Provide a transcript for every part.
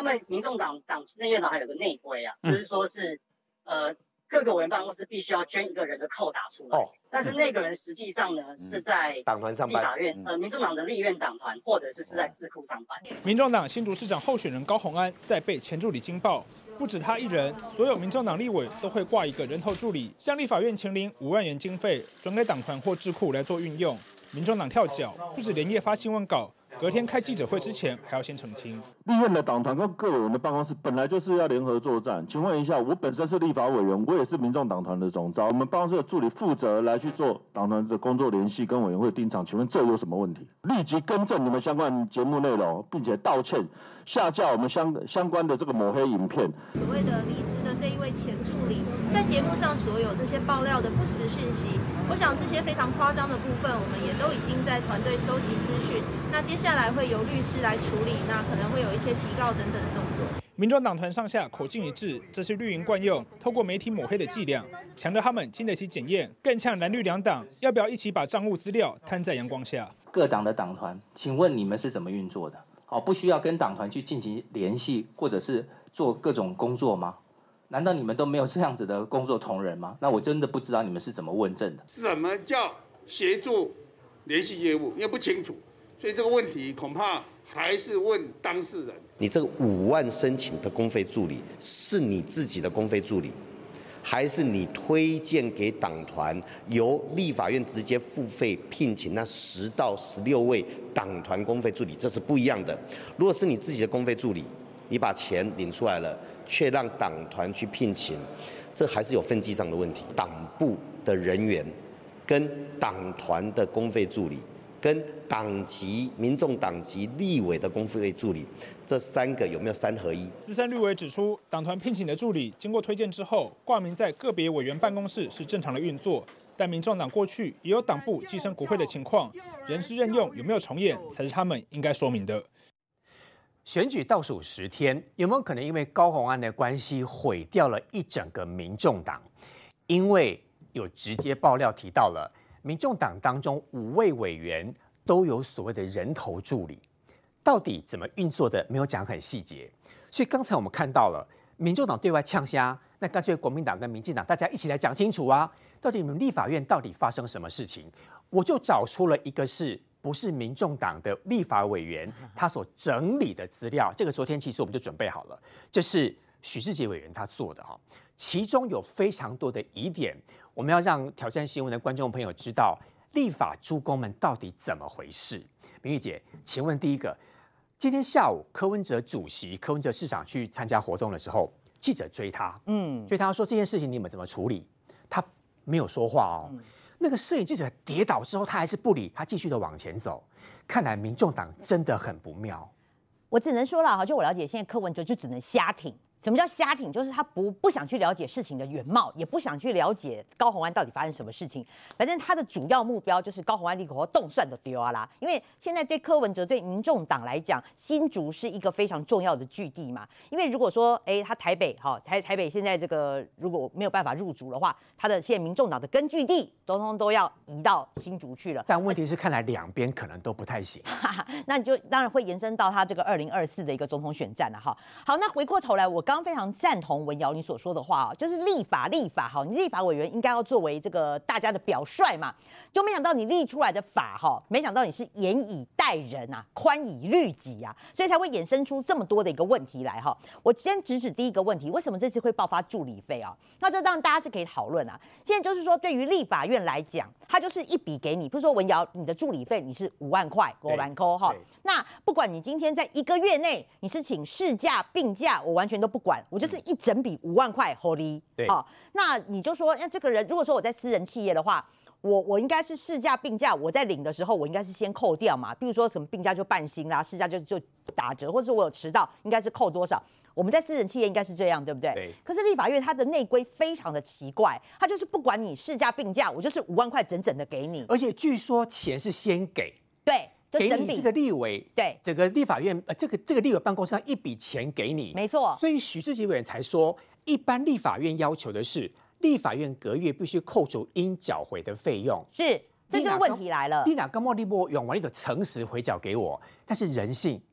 们民众党内院党还有个内规啊，就是说是各个委员办公室必须要捐一个人的扣打出来，但是那个人实际上呢是在党团上班， 立法院民众党的立院党团，或者是在智库上班。 民众党新竹市长候选人高虹安在被前助理惊爆，不止他一人，所有民众党立委都会挂一个人头助理，向立法院请领5万元经费，转给党团或智库来做运用。民众党跳脚，不止连夜发新闻稿。隔天开记者会之前，还要先澄清。 立院的党团跟各委员的办公室本来就是要联合作战。请问一下，我本身是立法委员，我也是民众党团的总召，我们办公室的助理负责来去做党团的工作联系，跟委员会盯场。请问这有什么问题？立即更正你们相关节目内容，并且道歉，下架我们相关的这个抹黑影片。 所谓的离职的这一位前助理，在节目上所有这些爆料的不实讯息，我想这些非常夸张的部分，我们也都已经在团队收集资讯。那接下来会由律师来处理，那可能会有一些提告等等的动作。 民众党团上下口径一致，这是绿营惯用透过媒体抹黑的伎俩，强调他们经得起检验，更呛蓝绿两党要不要一起把账务资料摊在阳光下。 各党的党团，请问你们是怎么运作的？不需要跟党团去进行联系，或者是做各种工作吗？难道你们都没有这样子的工作同仁吗？那我真的不知道你们是怎么问政的。 什么叫协助联系业务？因为不清楚。所以这个问题恐怕还是问当事人。 你这个5万申请的公费助理是你自己的公费助理，还是你推荐给党团，由立法院直接付费聘请那10到16位党团公费助理？这是不一样的。如果是你自己的公费助理，你把钱领出来了，却让党团去聘请，这还是有分际上的问题。党部的人员跟党团的公费助理，跟党籍、民众党籍立委的公费助理，这3个有没有3合1？ 资深绿委指出，党团聘请的助理经过推荐之后，挂名在个别委员办公室是正常的运作，但民众党过去也有党部寄生国会的情况，人事任用有没有重演，才是他们应该说明的。 选举倒数10天，有没有可能因为高虹安的关系毁掉了一整个民众党？因为有直接爆料提到了。民众党当中5位委员都有所谓的人头助理，到底怎么运作的没有讲很细节，所以刚才我们看到了民众党对外呛虾，那干脆国民党跟民进党大家一起来讲清楚啊，到底你们立法院到底发生什么事情？我就找出了一个不是民众党的立法委员他所整理的资料，这个昨天其实我们就准备好了，这是许志杰委员他做的哈，其中有非常多的疑点。我们要让挑战新闻的观众朋友知道，立法诸公们到底怎么回事？明玉姐，请问第一个，今天下午柯文哲主席、柯文哲市长去参加活动的时候，记者追他，追他说这件事情你们怎么处理？他没有说话哦。那个摄影记者跌倒之后，他还是不理，他继续的往前走。看来民众党真的很不妙。 我只能说了哈，就我了解，现在柯文哲就只能瞎挺。什么叫瞎挺？就是他不想去了解事情的原貌，也不想去了解高虹安到底发生什么事情。反正他的主要目标就是高虹安立口动算都丢啊啦。因为现在对柯文哲、对民众党来讲，新竹是一个非常重要的据地嘛。因为如果说，他台北台北现在这个如果没有办法入主的话，他的现在民众党的根据地通通都要移到新竹去了。 但问题是，看来两边可能都不太行。 那你就当然会延伸到他这个2024的一个总统选战了哈。好，那回过头来，我刚非常赞同文瑶你所说的话哦，就是立法哈，你立法委员应该要作为这个大家的表率嘛，就没想到你立出来的法哈，没想到你是严以待人啊，宽以律己啊，所以才会衍生出这么多的一个问题来哈。我先直指第一个问题，为什么这次会爆发助理费啊？那这当然大家是可以讨论啊。现在就是说，对于立法院来讲，它就是一笔给你，比如说文瑶，你的助理费你是5万块，5万块哈。那不管你今天在1个月内你是请事假、病假，我完全都不管，我就是一整笔5万块，holy。好，那你就说，那这个人如果说我在私人企业的话，我应该是事假、病假，我在领的时候，我应该是先扣掉嘛。比如说什么病假就半薪啦，事假就打折，或者说我有迟到，应该是扣多少？我们在私人企业应该是这样，对不对？对。可是立法院它的内规非常的奇怪，它就是不管你事假、病假，我就是5万块整整的给你。 而且据说钱是先给。 对。 给你这个立委， 对整个立法院，这个立委办公室上一笔钱给你， 没错。 所以许志杰委员才说，一般立法院要求的是，立法院隔月必须扣除应缴回的费用。 是，这就是问题来了。 你哪刚莫立波用完，你就诚实回缴给我，但是人性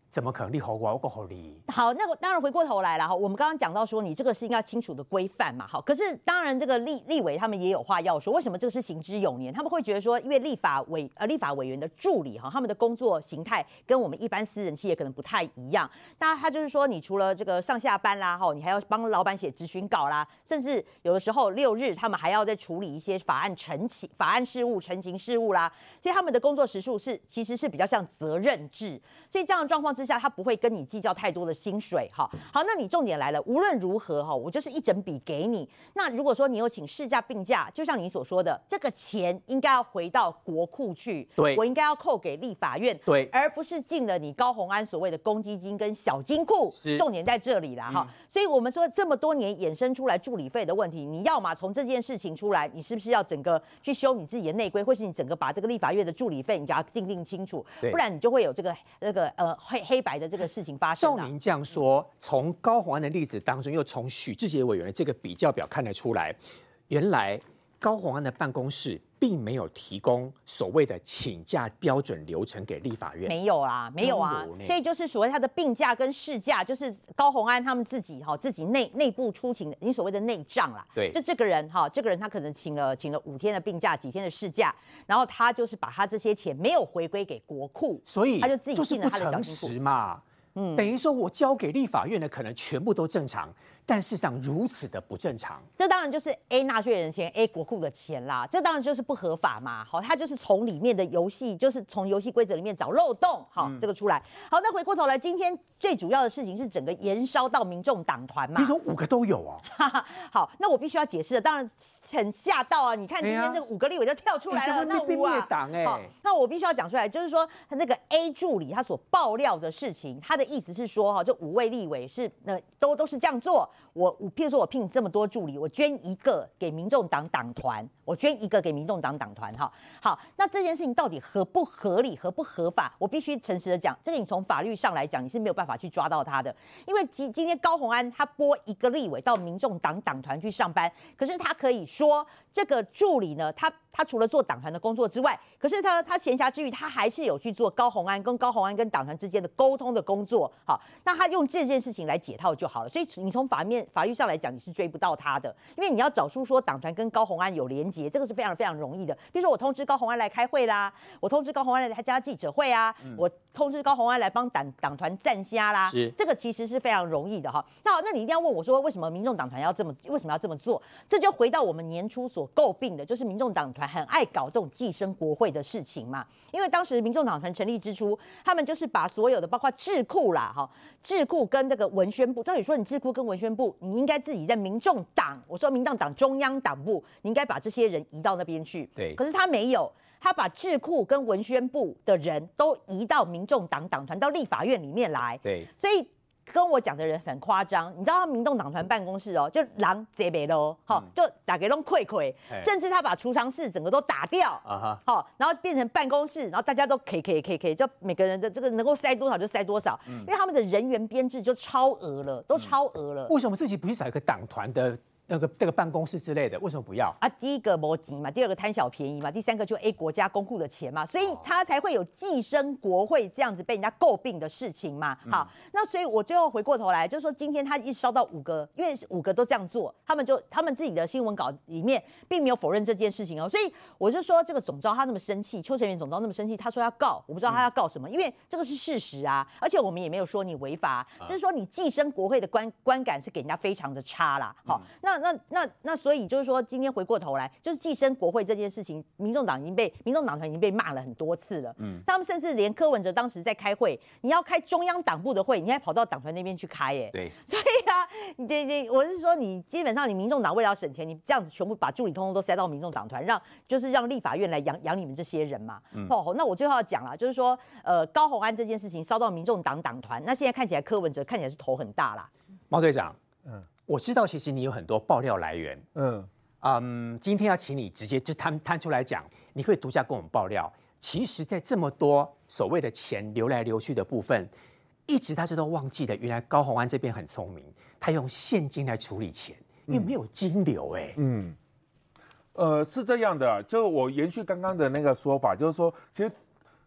怎么可能立侯我好理？ 好，那个当然回过头来了哈，我们刚刚讲到说你这个是应该清楚的规范嘛，好，可是当然这个立委他们也有话要说，为什么这个是行之有年？他们会觉得说，因为立法委员的助理哈，他们的工作形态跟我们一般私人企业可能不太一样。那他就是说，你除了这个上下班啦，哈，你还要帮老板写质询稿啦，甚至有的时候6日他们还要再处理一些法案事务、陈情事务啦，所以他们的工作时数其实是比较像责任制，所以这样的状况之下，他不会跟你计较太多的薪水哈。好，那你重点来了，无论如何哈，我就是一整笔给你。那如果说你有请事假病假，就像你所说的，这个钱应该要回到国库去， 对， 我应该要扣给立法院， 对， 而不是进了你高虹安所谓的公积金跟小金库，重点在这里啦哈。所以我们说这么多年衍生出来助理费的问题，你要嘛从这件事情出来，你是不是要整个去修你自己的内规，或是你整个把这个立法院的助理费你给它定清楚，不然你就会有这个黑白的这个事情发生。 照您这样说，从高虹安的例子当中，又从许智杰委员的这个比较表看得出来，原来高虹安的办公室并没有提供所谓的请假标准流程给立法院， 没有啊，没有啊，所以就是所谓他的病假跟事假，就是高虹安他们自己内部出勤，你所谓的内账啦。 对， 就这个人他可能请了5天的病假，几天的事假，然后他就是把他这些钱没有回归给国库， 所以他就自己就是不进了他的小诚金库实嘛。等于说我交给立法院的可能全部都正常，但事实上如此的不正常。 这当然就是 A 纳税人钱 A 国库的钱啦，这当然就是不合法嘛。好，他就是从里面的游戏，就是从游戏规则里面找漏洞，好，这个出来。好，那回过头来，今天最主要的事情是整个延烧到民众党团嘛。 你说5个都有哦。 好，那我必须要解释的，当然很吓到啊！你看今天这个5个立委就跳出来了，那我啊，好， 那我必须要讲出来，就是说那个 A 助理他所爆料的事情，他的意思是说哈，这5位立委是都是这样做。譬如说我聘这么多助理，我捐1个给民众党党团，我捐1个给民众党党团哈。好，那这件事情到底合不合理、合不合法？我必须诚实的讲，这个你从法律上来讲，你是没有办法去抓到他的，因为今天高虹安他拨1个立委到民众党党团去上班，可是他可以说这个助理呢，他除了做党团的工作之外，可是他闲暇之余，他还是有去做高虹安跟党团之间的沟通的工作。好，那他用这件事情来解套就好了。所以你从法律上来讲，你是追不到他的，因为你要找出说党团跟高虹安有连结，这个是非常非常容易的。比如说我通知高虹安来开会啦，我通知高虹安来参加记者会啊，我通知高虹安来帮党团站虾啦，这个其实是非常容易的哈。那你一定要问我说，为什么民众党团为什么要这么做？这就回到我们年初所诟病的，就是民众党团很爱搞这种寄生国会的事情嘛。因为当时民众党团成立之初，他们就是把所有的包括智库啦，智库跟这个文宣部，照理说你智库跟文宣部，你应该自己在民众党，我说民众党中央党部，你应该把这些人移到那边去。 对， 可是他没有，他把智库跟文宣部的人都移到民众党党团到立法院里面来。 对， 所以跟我讲的人很夸张，你知道他民众党团办公室就狼贼北喽，就打给弄溃溃，甚至他把储藏室整个都打掉，然后变成办公室，然后大家都 K， 就每个人的这个能够塞多少就塞多少，因为他们的人员编制就超额了，都超额了。 为什么自己不去找一个党团的这个办公室之类的，为什么不要啊？ 第1个没钱嘛，第2个贪小便宜嘛，第3个就国家公库的钱嘛，所以他才会有寄生国会这样子被人家诟病的事情嘛。好，那所以我最后回过头来，就是说今天他一烧到5个，因为5个都这样做，他们自己的新闻稿里面并没有否认这件事情哦，所以我就说这个总召他那么生气，邱成元总召那么生气，他说要告，我不知道他要告什么，因为这个是事实啊，而且我们也没有说你违法，就是说你寄生国会的观感是给人家非常的差啦。好，那所以就是说，今天回过头来，就是寄生国会这件事情，民众党团已经被骂了很多次了。他们甚至连柯文哲当时在开会，你要开中央党部的会，你还跑到党团那边去开， 对。所以啊，我是说，你基本上你民众党为了要省钱，你这样子全部把助理通通都塞到民众党团，让立法院来养你们这些人嘛。那我最后要讲了，就是说，高虹安这件事情烧到民众党党团，那现在看起来柯文哲看起来是头很大啦。 毛队长，我知道其实你有很多爆料来源，今天要请你直接就摊出来讲，你可以独家跟我们爆料。其实，在这么多所谓的钱流来流去的部分，一直大家都忘记了，原来高虹安这边很聪明，他用现金来处理钱，因为没有金流是这样的，就我延续刚刚的那个说法，就是说，其实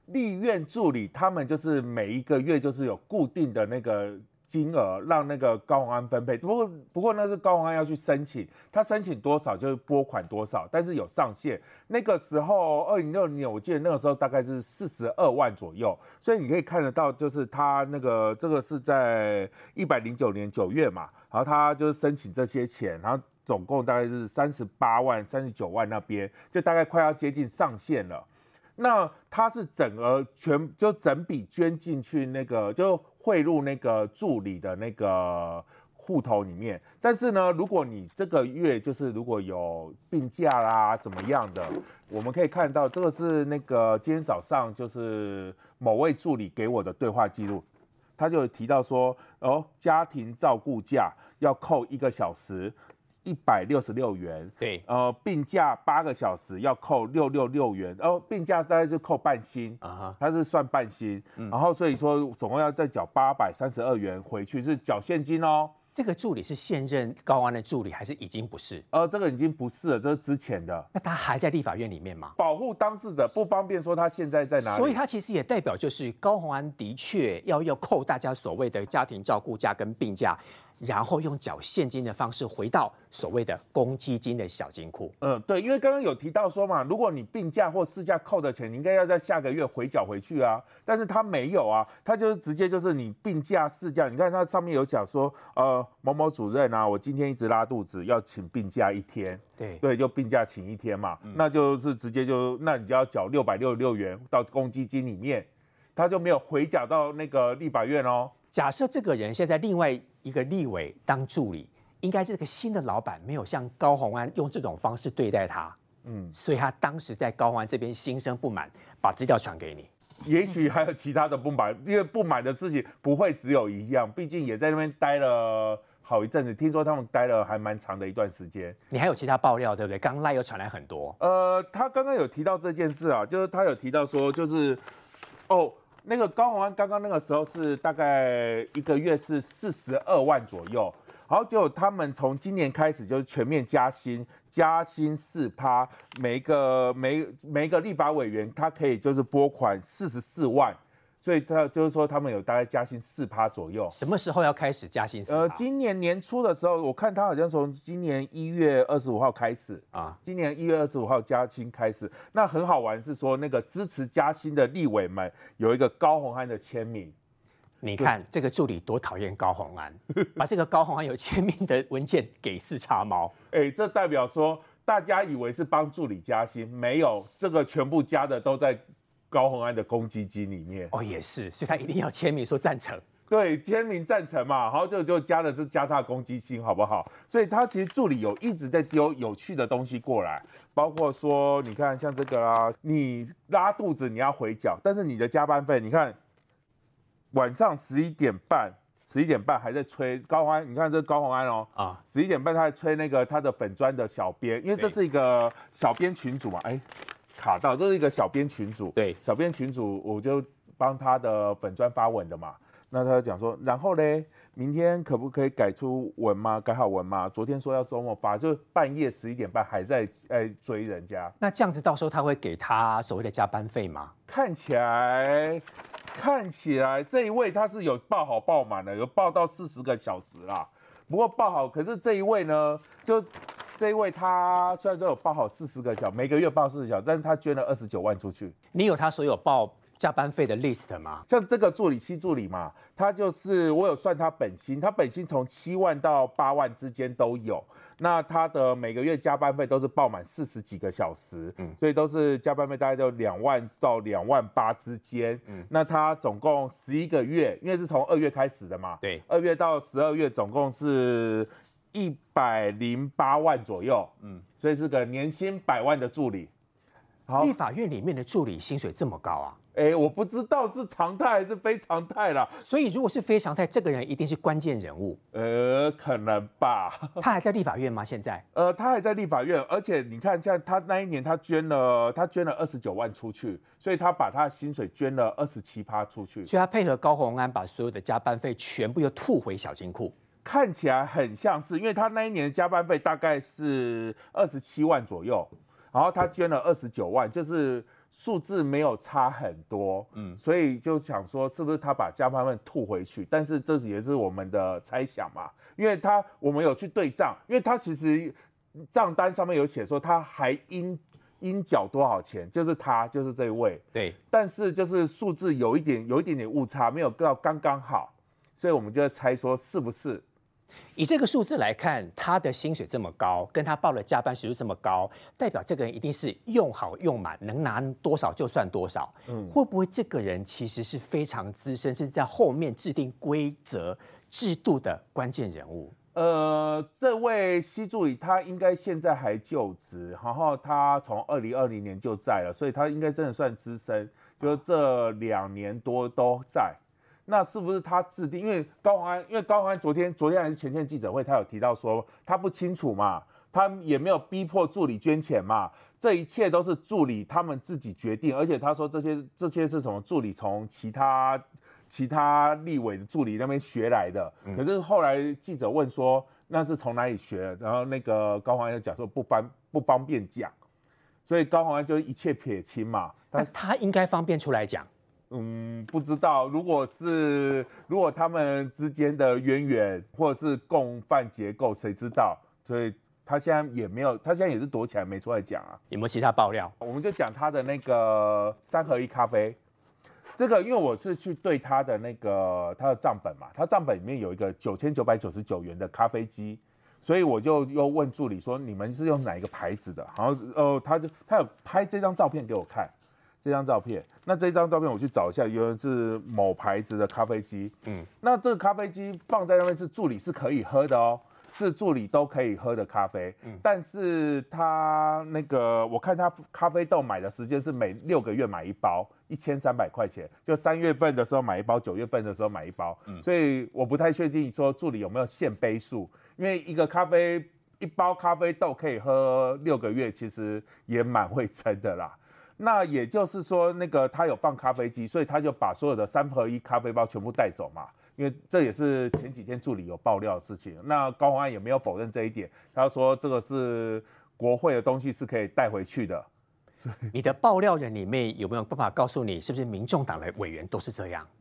立院助理他们就是每一个月就是有固定的那个金额让那个高虹安分配，不过那是高虹安要去申请，他申请多少就是拨款多少，但是有上限。那个时候2060年，我记得那个时候大概是42万左右，所以你可以看得到，就是他这个是在109年9月嘛，然后他就是申请这些钱，然后总共大概是38万、39万那边，就大概快要接近上限了。那他是整笔捐进去那个，就汇入那个助理的那个户头里面。但是呢，如果你这个月就是如果有病假啦怎么样的，我们可以看到这个是那个今天早上就是某位助理给我的对话记录，他就有提到说，家庭照顾假要扣1个小时。166元， 对， 病假8个小时要扣666元，病假大概就扣半薪，它是算半薪，然后所以说总共要再缴832元回去，是缴现金哦。 这个助理是现任高虹安的助理，还是已经不是？ 这个已经不是了，这是之前的。 那他还在立法院里面吗？ 保护当事者不方便说他现在在哪里， 所以他其实也代表就是高虹安的确要扣大家所谓的家庭照顾假跟病假。然后用缴现金的方式回到所谓的公积金的小金库。 对，因为刚刚有提到说嘛，如果你病假或事假扣的钱，你应该要在下个月回缴回去啊。但是他没有啊，他就是直接就是你病假、事假，你看他上面有讲说，某某主任啊，我今天一直拉肚子，要请病假1天。对，就病假请1天嘛，那就是直接那你就要缴666元到公积金里面，他就没有回缴到那个立法院哦。 假设这个人现在另外一个立委当助理，应该这个新的老板没有像高虹安用这种方式对待他，所以他当时在高虹安这边心生不满，把资料传给你。 也许还有其他的不满，因为不满的事情不会只有一样，毕竟也在那边待了好一阵子，听说他们待了还蛮长的一段时间。 你还有其他爆料对不对？刚赖又传来很多。 他刚刚有提到这件事啊，就是他有提到说，就是那个高虹安刚刚那个时候是大概一个月是42万左右，然后结果他们从今年开始就是全面加薪4%，每一个立法委员他可以就是拨款44万，所以他就是说他们有大概加薪4%左右。 什么时候要开始加薪4%？ 今年年初的时候，我看他好像从今年1月25号开始啊，今年1月25号加薪开始。那很好玩是说，那个支持加薪的立委们有一个高虹安的签名。 你看这个助理多讨厌高虹安，把这个高虹安有签名的文件给4叉猫。 这代表说大家以为是帮助理加薪，没有，这个全部加的都在高虹安的公积金里面。 也是，所以他一定要签名说赞成。 对，签名赞成嘛，然后就加的是加他的公积金，好不好？所以他其实助理有一直在丢有趣的东西过来，包括说，你看像这个啦，你拉肚子你要回缴，但是你的加班费，你看晚上11点半还在催高虹安，你看这高虹安11点半他在催那个他的粉专的小编，因为这是一个小编群组嘛，卡到，这是一个小编群组， 对， 小编群组我就帮他的粉专发文的嘛。那他讲说，然后嘞，明天可不可以改出文吗？改好文吗？昨天说要周末发，就半夜11点半还在追人家。 那这样子到时候他会给他所谓的加班费吗？ 看起来这一位他是有报好报满的，有报到40个小时啦。不过报好，可是这一位呢，这一位他虽然说有报好40个小时，每个月报40个小时，但是他捐了29万出去。 你有他所有报加班费的 list 吗？ 像这个新助理嘛，他就是我有算他本薪从7万到8万之间都有。那他的每个月加班费都是报满40几个小时，所以都是加班费大概就2万到2万8之间。那他总共11个月，因为是从2月开始的嘛， 对 ，2月到12月总共是108万左右，所以是个年薪100万的助理。 立法院里面的助理薪水这么高啊？ 我不知道是常态还是非常态啦。 所以如果是非常态，这个人一定是关键人物。 可能吧。 他还在立法院吗？现在？ 他还在立法院，而且你看，像他那一年他捐了29万出去，所以他把他的薪水捐了27%出去。 所以他配合高虹安把所有的加班费全部又吐回小金库。 看起来很像是，因为他那一年的加班费大概是27万左右。然后他捐了29万，就是数字没有差很多，所以就想说是不是他把加班费吐回去？但是这也是我们的猜想嘛，因为我们有去对账，因为他其实账单上面有写说他还应缴多少钱，就是这一位， 对， 但是就是数字有一点点误差，没有到刚刚好，所以我们就在猜说是不是。 以这个数字来看，他的薪水这么高，跟他报的加班时数这么高，代表这个人一定是用好用满，能拿多少就算多少。会不会这个人其实是非常资深，是在后面制定规则制度的关键人物？ 这位西助理他应该现在还就职，然后他从2020年就在了，所以他应该真的算资深，就这2年多都在。那是不是他制定？因为高虹安昨天还是前天记者会，他有提到说他不清楚嘛，他也没有逼迫助理捐钱嘛，这一切都是助理他们自己决定，而且他说这些是什么助理从其他立委的助理那边学来的，可是后来记者问说那是从哪里学的，然后那个高虹安就讲说不方便讲，所以高虹安就一切撇清嘛。 那他应该方便出来讲。 不知道，如果他们之间的渊源或者是共犯结构，谁知道？所以他现在也没有，他现在也是躲起来没出来讲啊。 有没有其他爆料？ 我们就讲他的那个3合1咖啡，这个因为我是去对他的账本嘛，他账本里面有一个9999元的咖啡机，所以我就又问助理说你们是用哪一个牌子的？然后他有拍这张照片给我看。这张照片我去找一下，原来是某牌子的咖啡机。那这个咖啡机放在那边是助理是可以喝的哦，是助理都可以喝的咖啡。但是他我看他咖啡豆买的时间是每6个月买一包，1300块钱，就3月份的时候买一包，9月份的时候买一包。所以我不太确定说助理有没有限杯数，因为一包咖啡豆可以喝6个月，其实也蛮会撑的啦。那也就是说，他有放咖啡机，所以他就把所有的3合1咖啡包全部带走嘛。因为这也是前几天助理有爆料的事情。那高虹安也没有否认这一点，他说这个是国会的东西是可以带回去的。 你的爆料人里面有没有办法告诉你，是不是民众党的委员都是这样？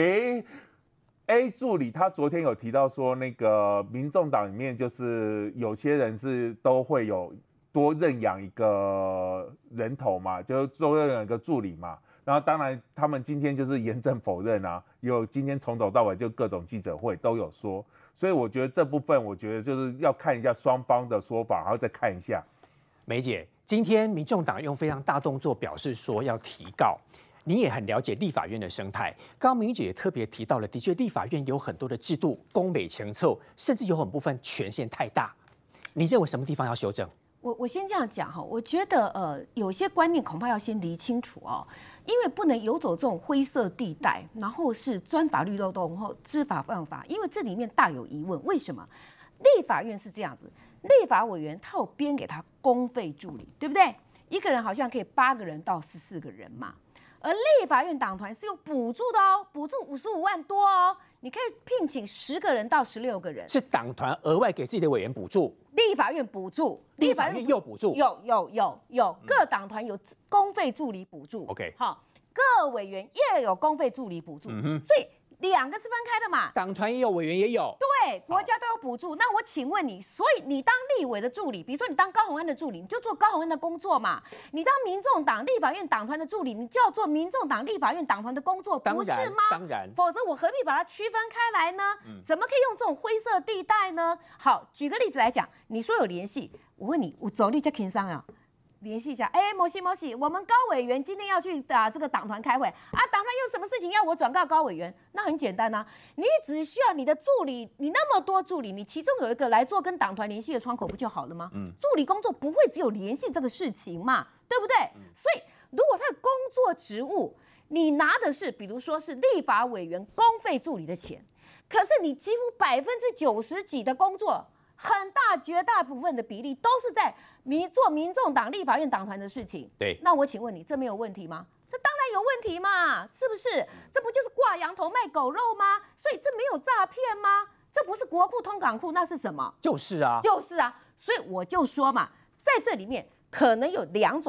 A 助理他昨天有提到说，民众党里面就是有些人是都会有多认养一个人头嘛，就多认养一个助理嘛。然后当然他们今天就是严正否认啊，今天从头到尾就各种记者会都有说，所以我觉得这部分我觉得就是要看一下双方的说法，然后再看一下。 梅姐，今天民众党用非常大动作表示说要提告。你也很了解立法院的生态，刚刚明姐也特别提到了，的确立法院有很多的制度宫美前凑，甚至有很部分权限太大。你认为什么地方要修正？ 我先这样讲哈，我觉得有些观念恐怕要先理清楚哦，因为不能游走这种灰色地带，然后是钻法律漏洞或知法犯法，因为这里面大有疑问。为什么？立法院是这样子，立法委员他有编给他公费助理，对不对？一个人好像可以8个人到14个人嘛。而立法院党团是有补助的哦，补助55万多哦，你可以聘请10个人到16个人， 是党团额外给自己的委员补助， 立法院补助， 立法院又补助， 有各党团有公费助理补助 ，OK， 好，各委员也有公费助理补助，所以2个是分开的嘛， 党团也有，委员也有， 对，国家都有补助。那我请问你，所以你当立委的助理，比如说你当高虹安的助理，你就做高虹安的工作嘛。你当民众党立法院党团的助理，你就要做民众党立法院党团的工作，不是吗？ 当然， 否则我何必把它区分开来呢？怎么可以用这种灰色地带呢？好，举个例子来讲，你说有联系，我问你，有走力在情商啊？联系一下，摩西，我们高委员今天要去这个党团开会啊，党团有什么事情要我转告高委员？那很简单啊，你只需要你的助理，你那么多助理，你其中有一个来做跟党团联系的窗口，不就好了吗？助理工作不会只有联系这个事情嘛，对不对？所以如果他的工作职务你拿的是，比如说是立法委员公费助理的钱，可是你几乎90%几的工作。很大绝大部分的比例都是在做民众党立法院党团的事情。 对， 那我请问你，这没有问题吗？这当然有问题嘛，是不是？这不就是挂羊头卖狗肉吗？所以这没有诈骗吗？这不是国库通港库，那是什么？ 就是啊， 所以我就说嘛，在这里面可能有2种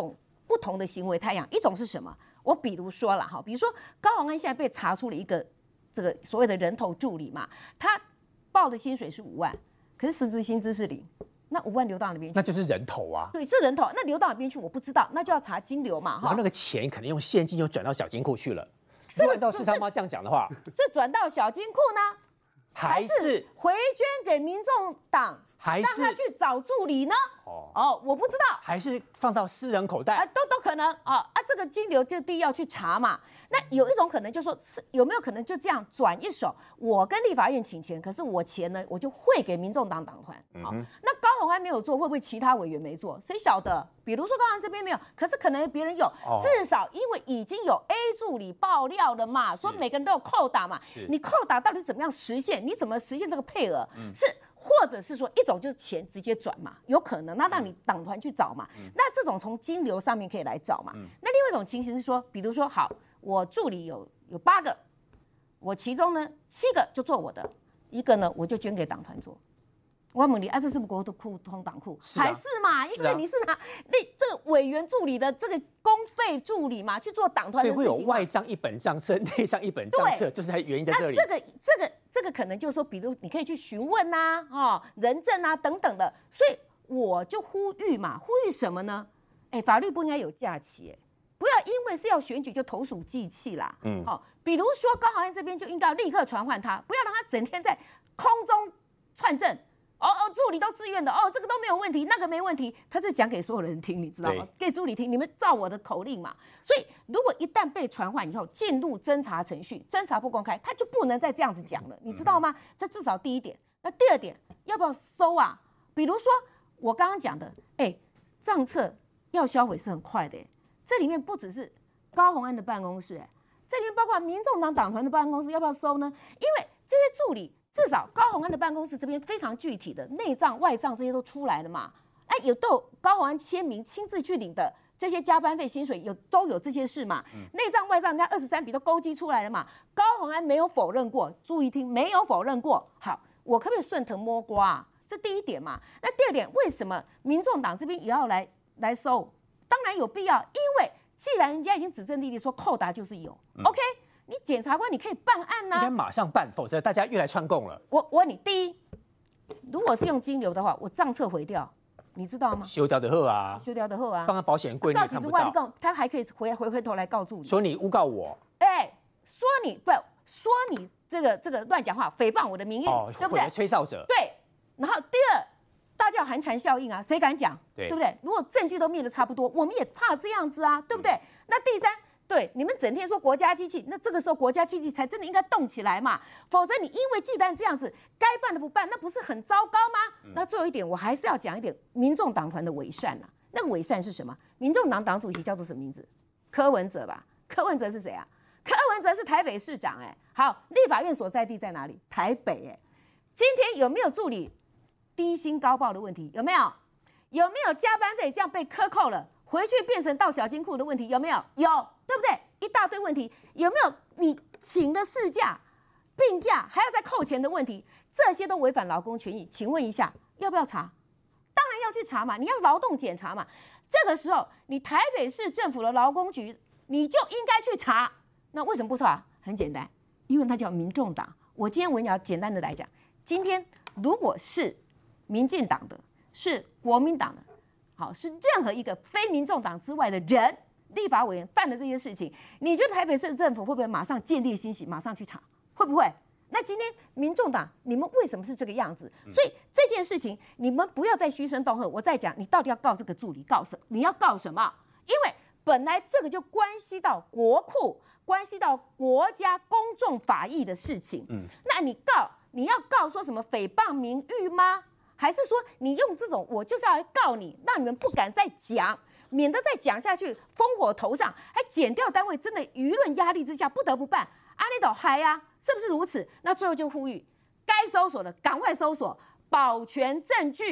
不同的行为太阳，一种是什么？我比如说了哈，比如说高虹安现在被查出了一个这个所谓的人头助理嘛，他报的薪水是5万，可是实质薪资是0，那5万流到哪边去？ 那就是人头啊。 对，是人头，那流到哪边去我不知道，那就要查金流嘛哈。 然后那个钱可能用现金又转到小金库去了。如果按照世昌妈这样讲的话， 是转到小金库呢， 还是回捐给民众党？ 还是让他去找助理呢？我不知道， 还是放到私人口袋？ 都可能这个金流就第一要去查嘛。那有一种可能就是说，有没有可能就这样转一手？我跟立法院请钱，可是我钱呢，我就汇给民众党党团。那高虹安没有做，会不会其他委员没做？谁晓得？比如说高虹安这边没有，可是可能别人有。至少因为已经有 A 助理爆料了嘛，说每个人都有扣打嘛。你扣打到底怎么样实现？你怎么实现这个配额？是。或者是说一种就是钱直接转嘛，有可能，那让你党团去找嘛，那这种从金流上面可以来找嘛。那另外一种情形是说，比如说好，我助理有8个，我其中呢7个就做我的，1个呢我就捐给党团做。我问你，这是不是国库通党库？还是嘛？因为你是拿这个委员助理的这个公费助理嘛，去做党团的事情嘛。 所以会有外账1本账册，内账1本账册，就是原因在这里。 这个可能就是说，比如你可以去询问呐，人证啊等等的。所以我就呼吁嘛，呼吁什么呢？法律不应该有假期，不要因为是要选举就投鼠忌器啦。比如说高虹安这边就应该立刻传唤他，不要让他整天在空中串证。助理都自愿的，这个都没有问题，那个没问题，他是讲给所有人听，你知道吗？给助理听，你们照我的口令嘛。所以如果一旦被传唤以后，进入侦查程序，侦查不公开，他就不能再这样子讲了，你知道吗？这至少第一点。那第二点，要不要收啊？比如说我刚刚讲的，账册要销毁是很快的，这里面不只是高虹安的办公室，这里面包括民众党党团的办公室，要不要收呢？因为这些助理。至少高虹安的办公室这边非常具体的内账外账这些都出来了嘛，都有高虹安签名亲自去领的这些加班费薪水都有这些事嘛，内账外账人家23笔都勾稽出来了嘛，高虹安没有否认过，注意听，没有否认过。好，我可不可以顺藤摸瓜这第一点嘛。那第二点，为什么民众党这边也要来收？当然有必要，因为既然人家已经指证立例说扣打就是有，OK。你检察官你可以办案呐， 应该马上办，否则大家又来串供了。 我问你，第一，如果是用金流的话，我账册毁掉，你知道吗？ 修掉的后啊， 修掉的后啊， 放在保险柜里看不到。 他还可以回头来告诉你， 说你诬告我， 说你这个乱讲话，诽谤我的名誉，对不对？ 吹哨者。 对，然后第二，大家有寒蝉效应啊，谁敢讲？对不对？如果证据都灭得差不多，我们也怕这样子啊，对不对？那第三。对，你们整天说国家机器，那这个时候国家机器才真的应该动起来嘛，否则你因为既然这样子，该办的不办，那不是很糟糕吗？那最后一点，我还是要讲一点民众党团的伪善啊。那个伪善是什么？民众党党主席叫做什么名字？柯文哲吧？柯文哲是谁啊？柯文哲是台北市长好，立法院所在地在哪里？台北今天有没有助理低薪高报的问题？有没有？有没有加班费这样被克扣了？回去变成到小金库的问题有没有？有，对不对？一大堆问题，有没有你请的事假、病假还要再扣钱的问题？这些都违反劳工权益。请问一下，要不要查？当然要去查嘛，你要劳动检查嘛。这个时候，你台北市政府的劳工局，你就应该去查。那为什么不查？很简单，因为它叫民众党。我今天文瑶简单的来讲，今天如果是民进党的，是国民党的。好，是任何一个非民众党之外的人，立法委员犯的这些事情，你觉得台北市政府会不会马上建立欣喜，马上去查？会不会？那今天民众党，你们为什么是这个样子？所以这件事情，你们不要再嘘声恫吓。我再讲，你到底要告这个助理你要告什么？因为本来这个就关系到国库，关系到国家公众法益的事情。那你要告说什么诽谤名誉吗？还是说你用这种我就是要来告你，让你们不敢再讲，免得再讲下去烽火头上，还检调单位真的舆论压力之下不得不办，你都嗨呀，是不是如此？那最后就呼吁，该搜索的赶快搜索，保全证据，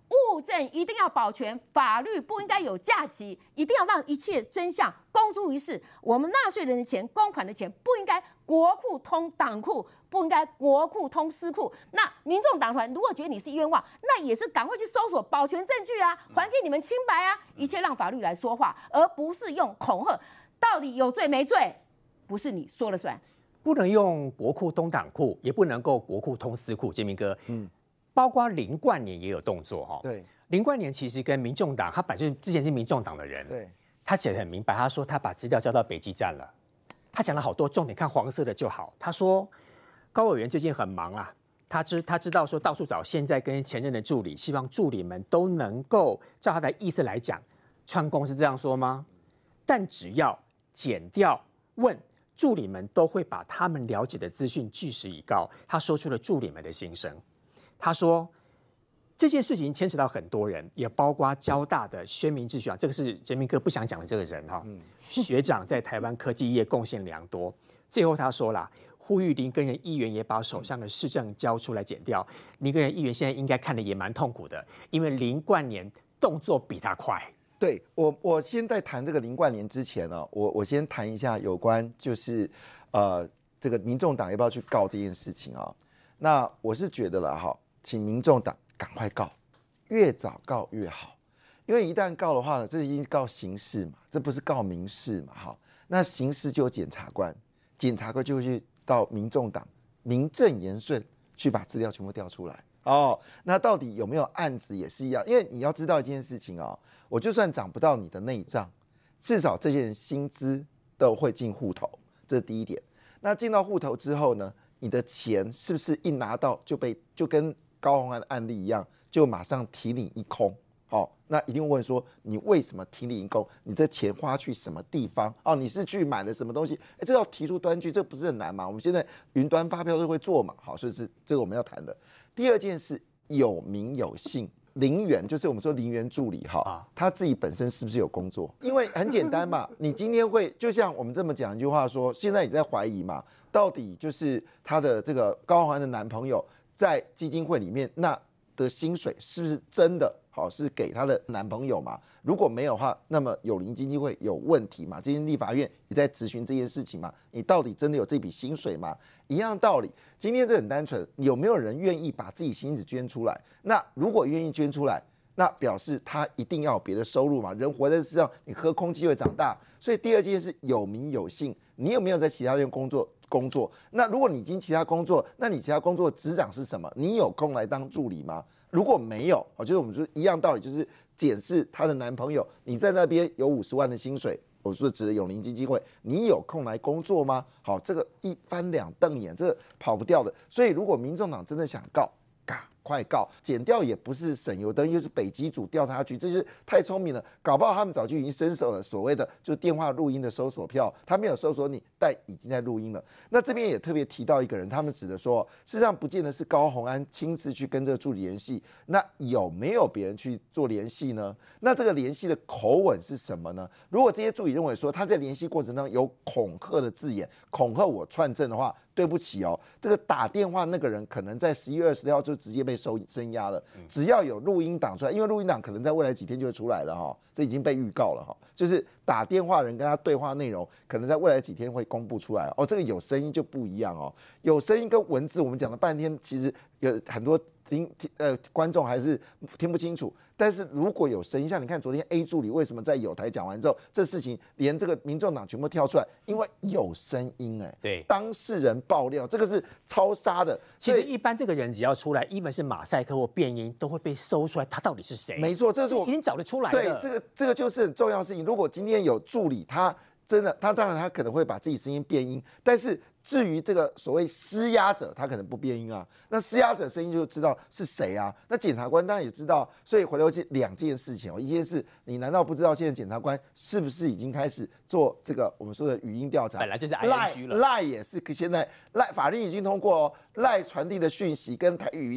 物证一定要保全，法律不应该有假期，一定要让一切真相公诸于世。我们纳税人的钱、公款的钱，不应该国库通党库，不应该国库通私库。那民众党团如果觉得你是冤枉，那也是赶快去搜索，保全证据啊，还给你们清白啊，一切让法律来说话，而不是用恐吓。到底有罪没罪，不是你说了算。 不能用国库通党库，也不能够国库通私库。杰明哥，包括林冠年也有动作哈。 对， 林冠年其实跟民众党，他本身之前是民众党的人， 对， 他写得很明白，他说他把资料交到北基站了，他讲了好多重点，看黄色的就好。他说高委员最近很忙啊，他知道说到处找现在跟前任的助理，希望助理们都能够照他的意思来讲，川公是这样说吗？但只要检调问。助理们都会把他们了解的资讯据实以告，他说出了助理们的心声。他说这件事情牵扯到很多人，也包括交大的宣明志学长，这个是杰明哥不想讲的这个人哈。学长在台湾科技业贡献良多。最后他说了，呼吁林根仁议员也把手上的市政交出来检调。林根仁议员现在应该看得也蛮痛苦的，因为林冠年动作比他快。 对我先在谈这个林冠年之前呢，我先谈一下有关就是这个民众党要不要去告这件事情啊？那我是觉得了哈，请民众党赶快告，越早告越好，因为一旦告的话呢，这已经告刑事嘛，这不是告民事嘛哈。那刑事就有检察官，检察官就会去到民众党名正言顺去把资料全部调出来。哦，那到底有没有案子也是一样，因为你要知道一件事情哦，我就算涨不到你的内账，至少这些人薪资都会进户头，这是第一点。那进到户头之后呢，你的钱是不是一拿到就跟高虹安的案例一样，就马上提领一空？哦，那一定问说你为什么提领一空？你这钱花去什么地方？哦，你是去买了什么东西？哎，这要提出端据，这不是很难嘛？我们现在云端发票都会做嘛，好，所以是这个我们要谈的。第二件事，有名有姓。林园就是我们说林园助理哈，他自己本身是不是有工作？因为很简单嘛，你今天会就像我们这么讲一句话说，现在你在怀疑嘛，到底就是他的这个高虹安的男朋友在基金会里面那的薪水是不是真的好是给他的男朋友嘛？如果没有的话，那么友邻基金会有问题嘛？今天立法院也在质询这件事情嘛？你到底真的有这笔薪水吗？一样道理，今天这很单纯，有没有人愿意把自己薪资捐出来？那如果愿意捐出来，那表示他一定要有别的收入嘛？人活在世上，你喝空气会长大。所以第二件事有名有姓，你有没有在其他地方工作？那如果你已经其他工作，那你其他工作的职掌是什么？你有空来当助理吗？如果没有，就是我们说一样道理，就是检视她的男朋友，你在那边有50万的薪水，我说指的永龄基金会，你有空来工作吗？好，这个一翻两瞪眼，这个跑不掉的。所以如果民众党真的想告，快告，检调也不是省油灯，又是北基组调查局，这些太聪明了，搞不好他们早就已经伸手了所谓的就电话录音的搜索票，他没有搜索你，但已经在录音了。那这边也特别提到一个人，他们指的说，事实上不见得是高虹安亲自去跟这个助理联系，那有没有别人去做联系呢？那这个联系的口吻是什么呢？如果这些助理认为说他在联系过程当中有恐吓的字眼，恐吓我串证的话，对不起哦，这个打电话那个人可能在11月26号就直接被声押了。只要有录音档出来，因为录音档可能在未来几天就会出来了哈，这已经被预告了哈。就是打电话人跟他对话内容，可能在未来几天会公布出来哦。这个有声音就不一样哦，有声音跟文字我们讲了半天，其实有很多观众还是听不清楚。但是如果有声音，像你看昨天 A 助理为什么在友台讲完之后，这事情连这个民众党全部跳出来，因为有声音哎， 对， 当事人爆料，这个是超杀的。 其实一般这个人只要出来，even是马赛克或变音，都会被搜出来，他到底是谁？ 没错，这是我已经找得出来的。 对，这个就是很重要的事情。如果今天有助理，他真的，他当然他可能会把自己声音变音，但是至于这个所谓施压者，他可能不变音啊。那施压者声音就知道是谁啊。那检察官当然也知道，所以回头去两件事情哦。一件事，你难道不知道现在检察官是不是已经开始做这个我们说的语音调查？ 本来就是 ING 了， 赖也是现在赖法律已经通过哦，赖传递的讯息跟语音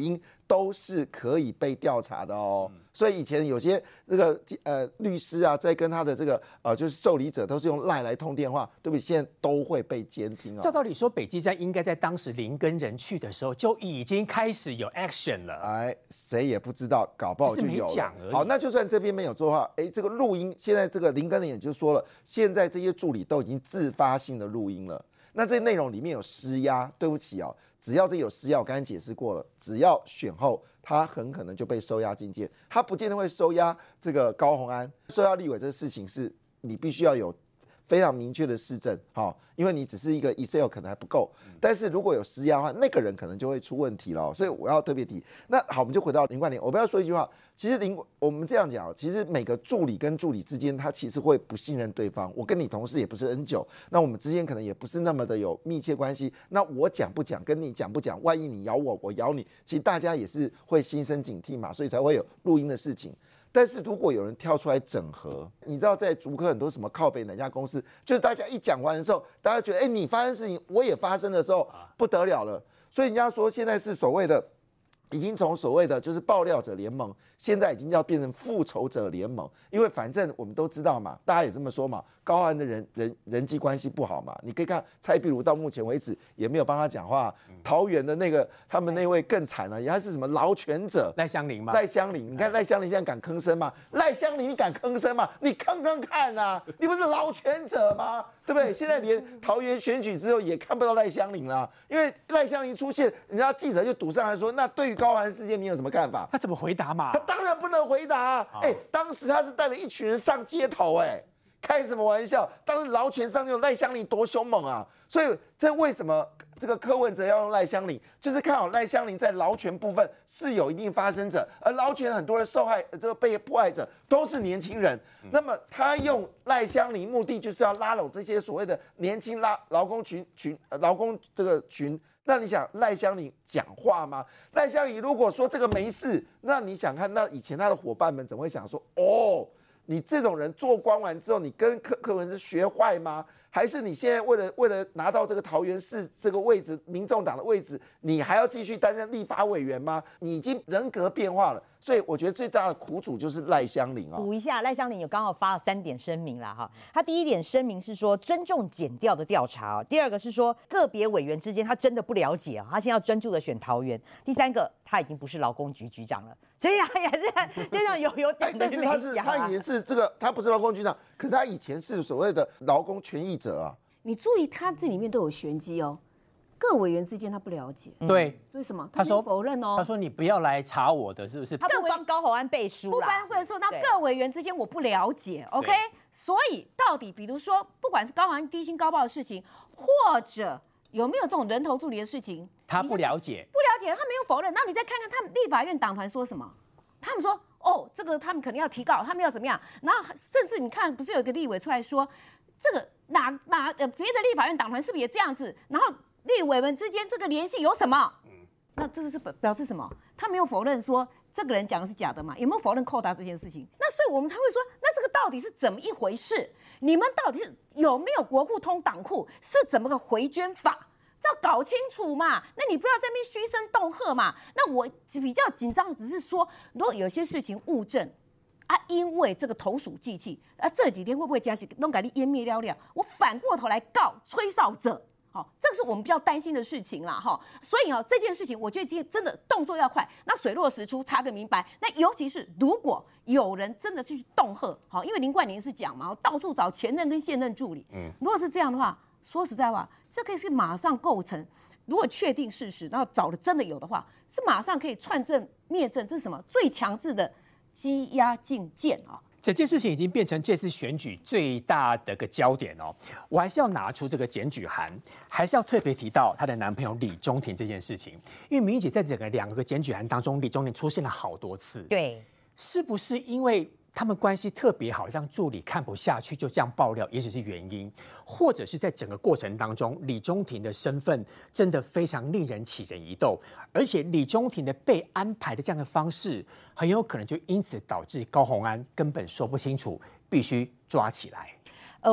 都是可以被调查的哦。所以以前有些这个律师啊，在跟他的这个就是受理者都是用赖来通电话，对不对？现在都会被监听啊。 照道理说，北基站应该在当时林根仁去的时候就已经开始有 action 了。 哎，谁也不知道，搞不好就有了。好，那就算这边没有做的话，哎，这个录音现在这个林根仁也就说了，现在这些助理都已经自发性的录音了。那这内容里面有施压，对不起哦，只要这有施压，我刚才解释过了，只要选后，他很可能就被收押进监，他不见得会收押这个高虹安，收押立委这个事情是你必须要有非常明确的事证，好，因为你只是一个 Excel 可能还不够，但是如果有施压的话，那个人可能就会出问题了，所以我要特别提。那好，我们就回到林冠霖，我不要说一句话，其实我们这样讲，其实每个助理跟助理之间，他其实会不信任对方。我跟你同事也不是很久，那我们之间可能也不是那么的有密切关系。那我讲不讲，跟你讲不讲，万一你咬我，我咬你，其实大家也是会心生警惕嘛，所以才会有录音的事情。但是如果有人跳出来整合，你知道在竹科很多什么靠北哪家公司，就是大家一讲完的时候，大家觉得你发生事情，我也发生的时候不得了了。所以人家说现在是所谓的，已经从所谓的就是爆料者联盟，现在已经要变成复仇者联盟。因为反正我们都知道嘛，大家也这么说嘛，高虹安的人际关系不好嘛。你可以看蔡壁如到目前为止也没有帮他讲话。桃园的那个他们那位更惨了，他是什么劳权者赖香伶嘛？ 赖香伶，你看赖香伶现在敢吭声吗？赖香伶你敢吭声吗？你吭吭看啊！你不是劳权者吗？对不对？现在连桃园选举之后也看不到赖香伶了，因为赖香伶出现，人家记者就堵上来说，那对于高虹安事件你有什么看法？ 他怎么回答嘛？ 他当然不能回答。当时他是带了一群人上街头，开什么玩笑？当时劳权上那种赖香伶多凶猛啊！所以这为什么这个柯文哲要用赖香伶，就是看好赖香伶在劳权部分是有一定发声者，而劳权很多的这个被迫害者都是年轻人。那么他用赖香伶目的就是要拉拢这些所谓的年轻劳工劳工这个群。那你想赖香伶讲话吗？赖香伶如果说这个没事，那你想看，那以前他的伙伴们怎么会想说，你这种人做官完之后，你跟柯文哲学坏吗？还是你现在为了拿到这个桃园市这个位置，民众党的位置，你还要继续担任立法委员吗？你已经人格变化了，所以我觉得最大的苦主就是赖香伶啊。 补一下，赖香伶有刚好发了3点声明啦哈。他第一点声明是说尊重检调的调查，第二个是说个别委员之间他真的不了解啊，他现在要专注的选桃园。第三个，他已经不是劳工局局长了，所以他也是就像有讲的， 但是他也是这个，他不是劳工局长，可是他以前是所谓的劳工权益者啊。 你注意，他这里面都有玄机哦。各委员之间他不了解， 对， 为什么？ 他说否认哦。 他说你不要来查我的，是不是？ 他不帮高虹安背书啦， 不帮会说，那各委员之间我不了解 ，OK？ 所以到底，比如说，不管是高虹安低薪高报的事情，或者有没有这种人头助理的事情， 他不了解， 他没有否认。那你再看看他们立法院党团说什么？他们说，这个他们肯定要提告，他们要怎么样？然后甚至你看，不是有一个立委出来说，这个别的立法院党团是不是也这样子？然后立委们之间这个联系有什么？那这是表示什么？他没有否认说这个人讲的是假的嘛？有没有否认扣答这件事情？那所以我们才会说，那这个到底是怎么一回事？你们到底是有没有国库通党库？是怎么个回捐法？这要搞清楚嘛？那你不要在那边嘘声恫吓嘛？那我比较紧张，只是说，如果有些事情误证因为这个投鼠忌器这几天会不会加息弄给你湮灭了？我反过头来告吹哨者。这个是我们比较担心的事情啦，所以这件事情我觉得真的动作要快，那水落石出，查个明白。那尤其是如果有人真的去恫吓，因为林冠霖是讲嘛，到处找前任跟现任助理，如果是这样的话，说实在话，这可以是马上构成，如果确定事实，然后找的真的有的话，是马上可以串证灭证，这是什么最强制的羁押禁见啊！ 整件事情已经变成这次选举最大的个焦点哦，我还是要拿出这个检举函，还是要特别提到她的男朋友李中庭这件事情，因为明玉姐在整个2个检举函当中，李中庭出现了好多次， 对， 是不是因为他们关系特别好，让助理看不下去就这样爆料，也许是原因，或者是在整个过程当中，李中庭的身份真的非常令人起人疑窦，而且李中庭的被安排的这样的方式，很有可能就因此导致高虹安根本说不清楚，必须抓起来。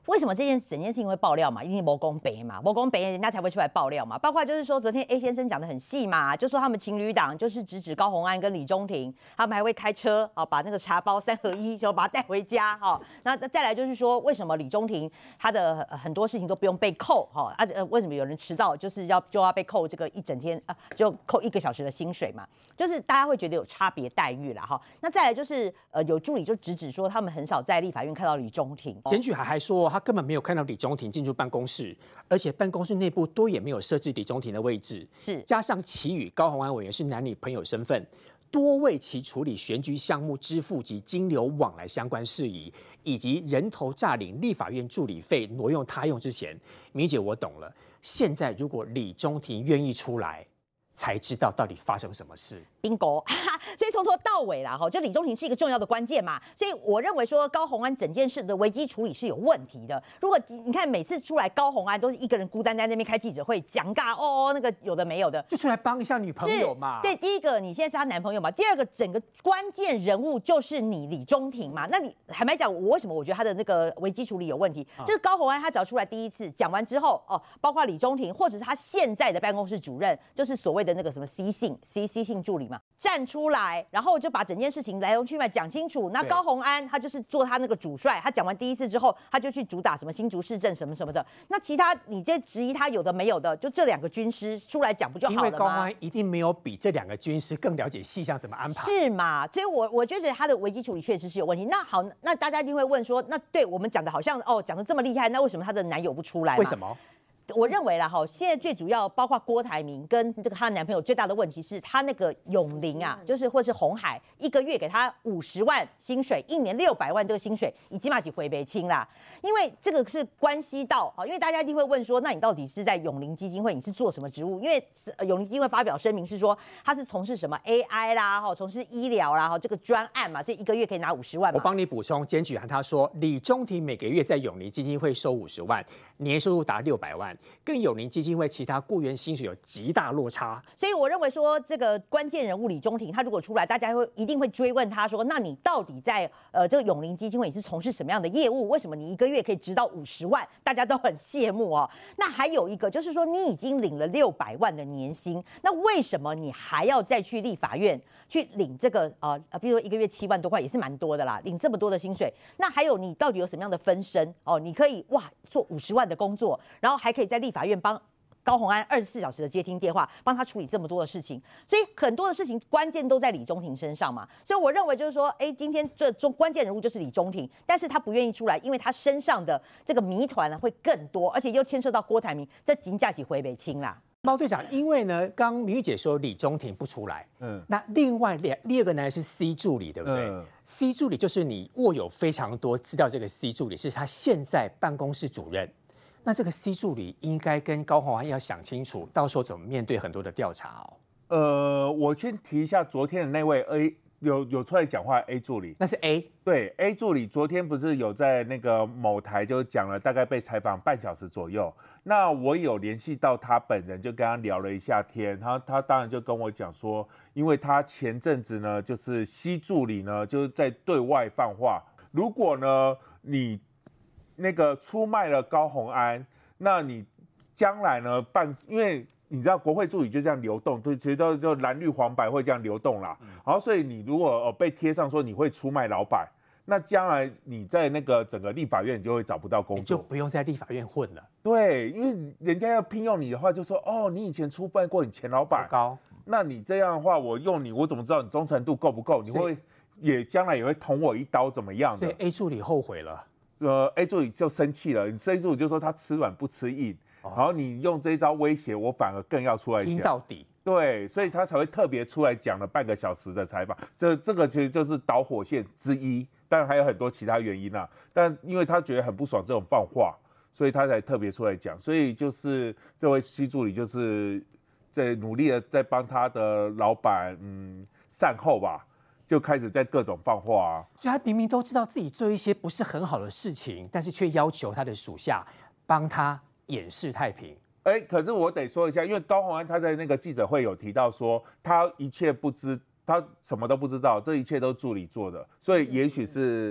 为什么整件事情会爆料嘛？因为谋公北嘛，谋公北人家才会出来爆料嘛。包括就是说，昨天 A 先生讲的很细嘛，就说他们情侣档就是指高虹安跟李中庭，他们还会开车把那个茶包3合1，就把它带回家那再来就是说，为什么李中庭他的很多事情都不用被扣为什么有人迟到就要被扣这个一整天就扣1个小时的薪水嘛？就是大家会觉得有差别待遇啦那再来就是有助理就指说他们很少在立法院看到李中庭， 检举还说他根本没有看到李中庭进入办公室，而且办公室内部多也没有设置李中庭的位置， 是加上其与高虹安委员是男女朋友身份，多为其处理选举项目支付及金流往来相关事宜，以及人头诈领立法院助理费挪用他用之前，明姐我懂了。现在如果李中庭愿意出来，才知道到底发生什么事。 bingo， 所以从头到尾啦，就李中庭是一个重要的关键嘛，所以我认为说高虹安整件事的危机处理是有问题的。如果你看每次出来高虹安都是一个人孤单在那边开记者会讲尬那个有的没有的， 就出来帮一下女朋友嘛。 对，第一个你现在是她男朋友嘛，第二个整个关键人物就是你李中庭嘛。那你坦白讲，我为什么我觉得他的那个危机处理有问题？就是高虹安他只要出来第一次讲完之后包括李中庭或者是他现在的办公室主任，就是所谓的那个什么 C 姓助理嘛，站出来，然后就把整件事情来龙去脉讲清楚。那高虹安他就是做他那个主帅，他讲完第一次之后，他就去主打什么新竹市政什么什么的。那其他你这质疑他有的没有的，就这2个军师出来讲不就好了吗？ 因为高虹安一定没有比这2个军师更了解细项怎么安排， 是嘛？所以我觉得他的危机处理确实是有问题。那好，那大家一定会问说，那对我们讲的好像讲的这么厉害，那为什么他的男友不出来？ 为什么？ 我认为啦现在最主要包括郭台铭跟这个她的男朋友最大的问题是，他那个永林就是或是鸿海1个月给他50万薪水，1年600万这个薪水，已经嘛起回北清啦。因为这个是关系到因为大家一定会问说，那你到底是在永林基金会你是做什么职务？因为永林基金会发表声明是说他是从事什么 AI 啦，从事医疗啦，这个专案嘛，所以1个月可以拿50万嘛。 我帮你补充，检举函他说李中庭每个月在永林基金会收50万，年收入达600万。跟永林基金会其他雇员薪水有极大落差， 所以我认为说这个关键人物李中庭，他如果出来，大家一定会追问他说，那你到底在这个永林基金会你是从事什么样的业务？为什么你1个月可以值到50万？大家都很羡慕那还有一个就是说，你已经领了600万的年薪，那为什么你还要再去立法院去领这个比如说1个月7万多块，也是蛮多的啦，领这么多的薪水？那还有你到底有什么样的分身你可以做50万的工作，然后还可以在立法院帮高虹安24小时的接听电话，帮他处理这么多的事情，所以很多的事情关键都在李中庭身上嘛。所以我认为就是说，今天这关键人物就是李中庭，但是他不愿意出来，因为他身上的这个谜团会更多，而且又牵涉到郭台铭，这金价起回北清啦。 猫队长，因为呢，刚明玉姐说李中庭不出来，那另外第二个呢是 C 助理，对不对？C 助理就是你握有非常多资料，这个 C 助理是他现在办公室主任。那这个 C 助理应该跟高虹安要想清楚，到时候怎么面对很多的调查我先提一下昨天的那位 A 有出来讲话 A 助理， 那是 A。 对 A 助理昨天不是有在那个某台就讲了，大概被采访半小时左右。那我有联系到他本人，就跟他聊了一下天，他当然就跟我讲说，因为他前阵子呢，就是 C 助理呢，就是在对外放话，如果呢你那个出卖了高虹安，那你将来呢因为你知道国会助理就这样流动，对，其实就蓝绿黄白会这样流动啦。然后所以你如果被贴上说你会出卖老板，那将来你在那个整个立法院你就会找不到工作， 你就不用在立法院混了。 对，因为人家要聘用你的话，就说你以前出卖过你前老板， 高， 那你这样的话，我用你，我怎么知道你忠诚度够不够？你会将来也会捅我一刀怎么样的？ 所以 A 助理后悔了。 A 助理就生气了，A 助理就说他吃软不吃硬，然后你用这一招威胁我，反而更要出来讲， 拼到底。 对，所以他才会特别出来讲了半个小时的采访。这个其实就是导火线之一，当然还有很多其他原因啦。但因为他觉得很不爽这种放话，所以他才特别出来讲。所以就是这位 C 助理就是在努力的在帮他的老板善后吧。就开始在各种放话所以他明明都知道自己做一些不是很好的事情，但是却要求他的属下帮他掩饰太平。 可是我得说一下，因为高虹安他在那个记者会有提到说，他一切不知，他什么都不知道，这一切都是助理做的，所以也许是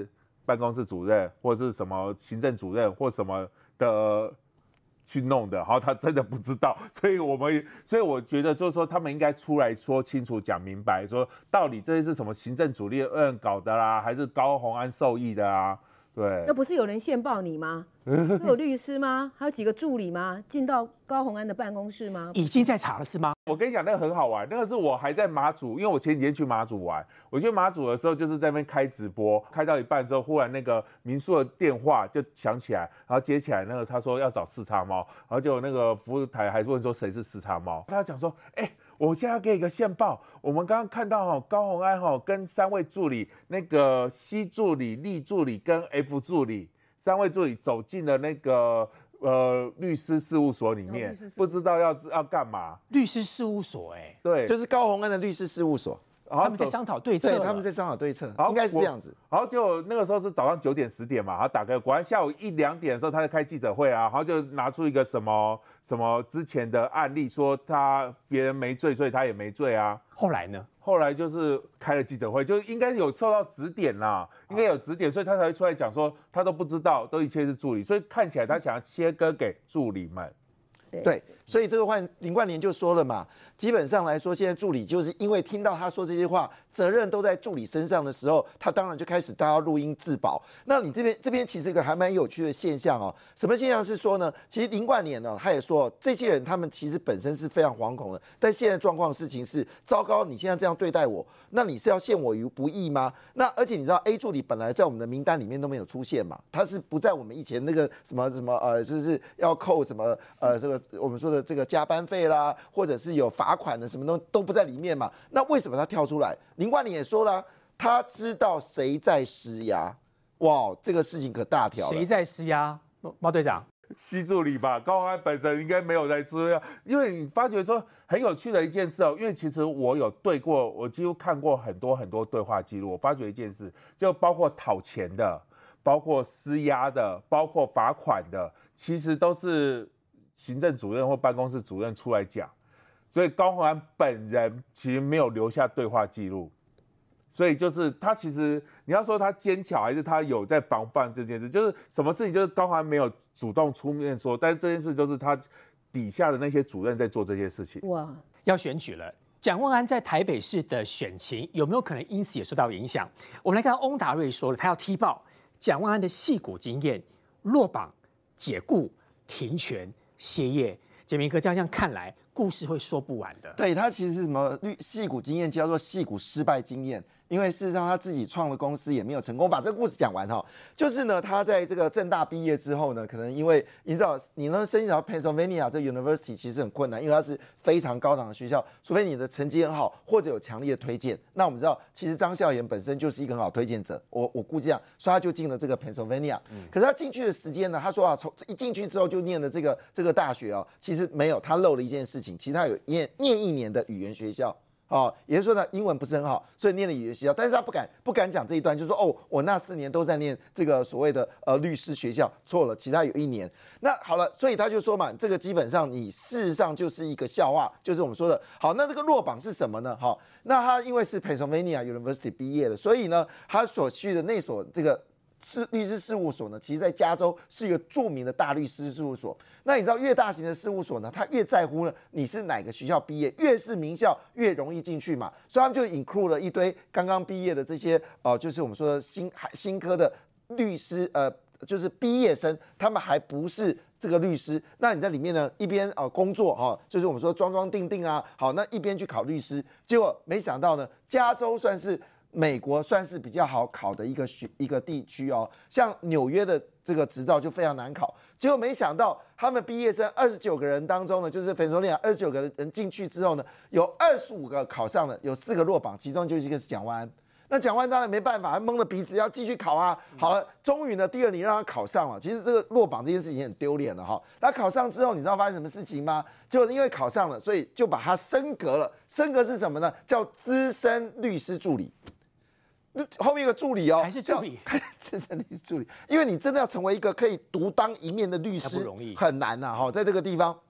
办公室主任或是什么行政主任或什么的去弄的，然后他真的不知道，所以我觉得就是说，他们应该出来说清楚、讲明白，说到底这些是什么行政主任搞的啦，还是高虹安授意的啊？对， 那不是有人线报你吗？有律师吗？还有几个助理吗？进到高虹安的办公室吗？ 已经在查了是吗？ 我跟你讲，那个很好玩，那个是我还在马祖，因为我前几天去马祖玩，我去马祖的时候就是在那边开直播，开到一半之后，忽然那个民宿的电话就响起来，然后接起来那个他说要找四叉猫，然后就那个服务台还问说谁是四叉猫，他讲说，我现在要给你一个线报，我们刚刚看到高虹安跟3位助理，那个 C 助理、D 助理跟 F 助理3位助理走进了那个律师事务所里面，不知道要干嘛。 律师事务所对， 就是高虹安的律师事务所。 他们在商讨对策， 对，他们在商讨对策，应该是这样子。 然后就那个时候是早上9点10点嘛，然后打开，果然下午1、2点的时候他在开记者会啊，然后就拿出一个什么之前的案例，说别人没罪，所以他也没罪啊。 后来呢？ 后来就是开了记者会，就应该有受到指点啦，应该有指点，所以他才会出来讲说他都不知道，都一切是助理，所以看起来他想要切割给助理们。 对，所以这个林冠霖就说了嘛，基本上来说，现在助理就是因为听到他说这些话，责任都在助理身上的时候，他当然就开始大家录音自保。那你这边其实一个还蛮有趣的现象哦，什么现象是说呢？其实林冠霖呢，他也说这些人他们其实本身是非常惶恐的，但现在状况事情是糟糕，你现在这样对待我，那你是要陷我于不义吗？那而且你知道 A 助理本来在我们的名单里面都没有出现嘛，他是不在我们以前那个什么就是要扣什么这个我们说的这个加班费啦，或者是有罚款的什么都不在里面嘛。那为什么他跳出来？林冠霖也说了，他知道谁在施压。哇，这个事情可大条了。 谁在施压？猫队长。 西助理吧，高虹安本身应该没有在施压，因为你发觉说很有趣的一件事哦，因为其实我有对过，我几乎看过很多对话记录，我发觉一件事，就包括讨钱的，包括施压的，包括罚款的，其实都是行政主任或办公室主任出来讲，所以高虹安本人其实没有留下对话记录，所以就是他其实你要说他奸巧还是他有在防范这件事，就是什么事情就是高虹安没有主动出面说，但是这件事就是他底下的那些主任在做这些事情。 哇，要选举了，蒋万安在台北市的选情有没有可能因此也受到影响？我们来看翁达瑞说了，他要踢爆蒋万安的矽谷经验，落榜、解雇、停权、歇业。杰明哥，这样看来，故事会说不完的。 对，他其实是什么矽谷经验叫做矽谷失败经验，因为事实上他自己创了公司也没有成功。把这个故事讲完哈，就是呢，他在这个政大毕业之后呢，可能因为你知道，你能申请到 Pennsylvania 这 University 其实很困难，因为它是非常高档的学校，除非你的成绩很好或者有强烈的推荐。那我们知道，其实张孝言本身就是一个很好推荐者，我估计这样，所以他就进了这个 Pennsylvania。可是他进去的时间呢，他说啊，从一进去之后就念的这个大学哦，其实没有，他漏了一件事情，其实他有念1年的语言学校。也就是说呢，英文不是很好，所以念了语言学校，但是他不敢讲这一段，就是说我那4年都在念这个所谓的律师学校，错了，其他有1年。那好了，所以他就说嘛，这个基本上你事实上就是一个笑话，就是我们说的，好，那这个落榜是什么呢？好，那他因为是 Pennsylvania University 毕业的，所以呢，他所去的那所这个律师事务所呢，其实在加州是一个著名的大律师事务所。那你知道越大型的事务所呢，他越在乎呢你是哪个学校毕业，越是名校越容易进去嘛。所以他们就 include 了一堆刚刚毕业的这些就是我们说的新科的律师就是毕业生，他们还不是这个律师。那你在里面呢一边工作就是我们说装定啊，好，那一边去考律师。结果没想到呢，加州算是美国算是比较好考的一个地区哦，像纽约的这个执照就非常难考。结果没想到他们毕业生29个人当中呢，就是Pennsylvania 29个人进去之后呢，有25个考上了，有4个落榜，其中就是一个是蒋万安。那蒋万安当然没办法，他蒙了鼻子要继续考啊。好了，终于呢，第2年让他考上了。其实这个落榜这件事情很丢脸了哈。他考上之后，你知道发生什么事情吗？结果因为考上了，所以就把他升格了。升格是什么呢？叫资深律师助理。后面一个助理哦， 还是助理， 资深律师助理，因为你真的要成为一个可以独当一面的律师， 不容易， 很难呐哈，在这个地方。